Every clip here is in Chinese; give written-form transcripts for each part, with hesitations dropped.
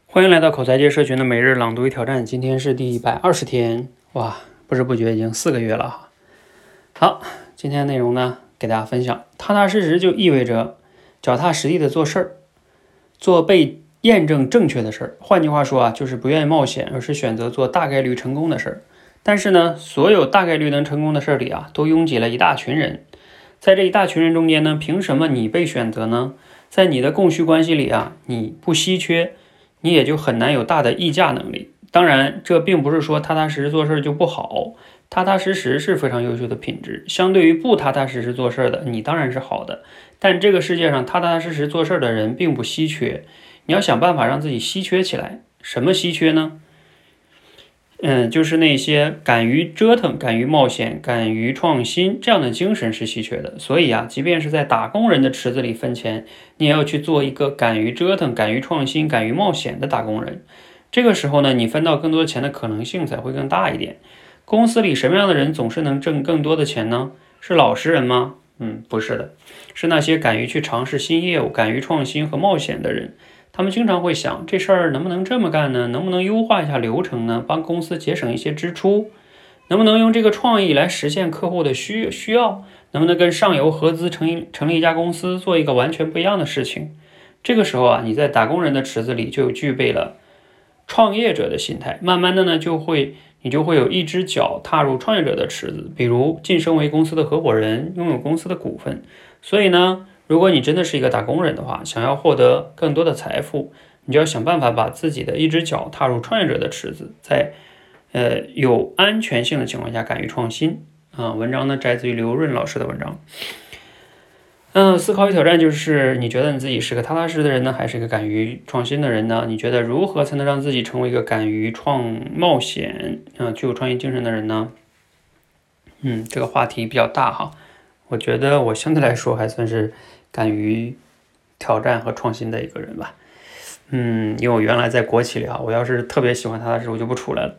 欢迎来到口才界社群的每日朗读与挑战，今天是第120天，哇，不知不觉已经4个月了哈。好，今天的内容呢，给大家分享，踏踏实实就意味着脚踏实地的做事儿，做被验证正确的事儿。换句话说啊，就是不愿意冒险，而是选择做大概率成功的事儿。但是呢，所有大概率能成功的事儿里啊，都拥挤了一大群人。在这一大群人中间呢，凭什么你被选择呢？在你的供需关系里啊，你不稀缺，你也就很难有大的议价能力。当然，这并不是说踏踏实实做事就不好，踏踏实实是非常优秀的品质。相对于不踏踏实实做事的，你当然是好的。但这个世界上踏踏实实做事的人并不稀缺，你要想办法让自己稀缺起来。什么稀缺呢？就是那些敢于折腾、敢于冒险、敢于创新这样的精神是稀缺的。所以啊，即便是在打工人的池子里分钱，你也要去做一个敢于折腾、敢于创新、敢于冒险的打工人。这个时候呢，你分到更多钱的可能性才会更大一点。公司里什么样的人总是能挣更多的钱呢？是老实人吗？不是的，是那些敢于去尝试新业务、敢于创新和冒险的人。他们经常会想，这事儿能不能这么干呢？能不能优化一下流程呢？帮公司节省一些支出？能不能用这个创意来实现客户的需要？能不能跟上游合资成立一家公司，做一个完全不一样的事情？这个时候啊，你在打工人的池子里就具备了创业者的心态，慢慢的呢，你就会有一只脚踏入创业者的池子，比如晋升为公司的合伙人，拥有公司的股份。所以呢，如果你真的是一个打工人的话，想要获得更多的财富，你就要想办法把自己的一只脚踏入创业者的池子，在有安全性的情况下敢于创新啊。文章呢摘自于刘润老师的文章。思考与挑战就是，你觉得你自己是个踏踏实实的人呢，还是一个敢于创新的人呢？你觉得如何才能让自己成为一个敢于冒险具有创业精神的人呢？这个话题比较大哈。我觉得我相对来说还算是敢于挑战和创新的一个人吧。因为我原来在国企里我要是特别喜欢踏踏实实，我就不出来了。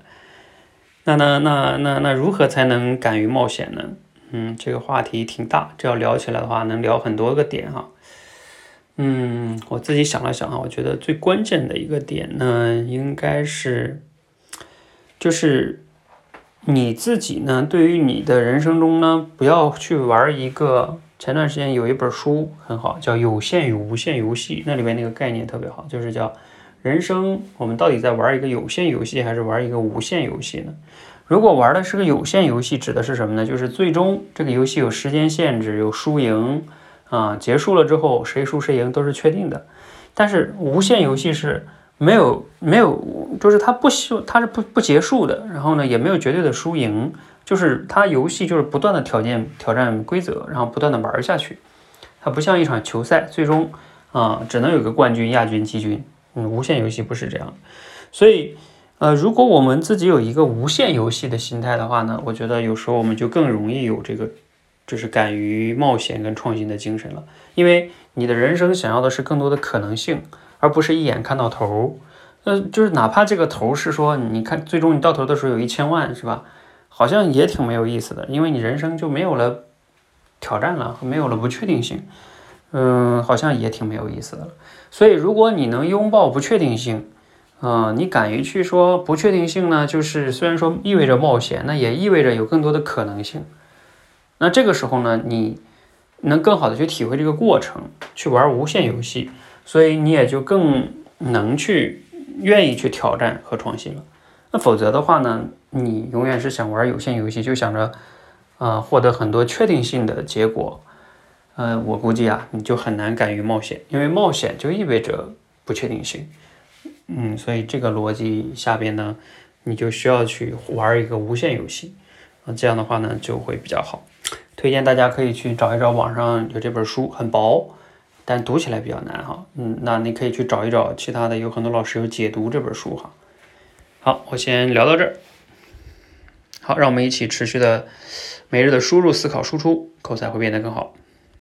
那如何才能敢于冒险呢？这个话题挺大，这要聊起来的话，能聊很多个点哈。我自己想了想我觉得最关键的一个点呢，应该是，就是你自己呢，对于你的人生中呢，不要去玩一个。前段时间有一本书很好，叫《有限与无限游戏》，那里面那个概念特别好，就是叫人生，我们到底在玩一个有限游戏，还是玩一个无限游戏呢？如果玩的是个有限游戏，指的是什么呢？就是最终这个游戏有时间限制，有输赢结束了之后谁输谁赢都是确定的。但是无限游戏是没有，就是它是不结束的，然后呢也没有绝对的输赢，就是它游戏就是不断的挑战规则，然后不断的玩下去。它不像一场球赛，最终只能有个冠军、亚军、季军。无限游戏不是这样。所以如果我们自己有一个无限游戏的心态的话呢，我觉得有时候我们就更容易有这个就是敢于冒险跟创新的精神了。因为你的人生想要的是更多的可能性，而不是一眼看到头。就是哪怕这个头是说你看最终你到头的时候有1000万是吧，好像也挺没有意思的，因为你人生就没有了挑战了，没有了不确定性。好像也挺没有意思的了。所以如果你能拥抱不确定性，你敢于去说不确定性呢，就是虽然说意味着冒险，那也意味着有更多的可能性。那这个时候呢，你能更好的去体会这个过程，去玩无限游戏，所以你也就更能愿意去挑战和创新了。那否则的话呢，你永远是想玩有限游戏，就想着获得很多确定性的结果。我估计你就很难敢于冒险，因为冒险就意味着不确定性。所以这个逻辑下边呢，你就需要去玩一个无限游戏，这样的话呢就会比较好。推荐大家可以去找一找网上有这本书，很薄，但读起来比较难哈。那你可以去找一找其他的，有很多老师有解读这本书哈。好，我先聊到这儿。好，让我们一起持续的每日的输入、思考、输出，口才会变得更好。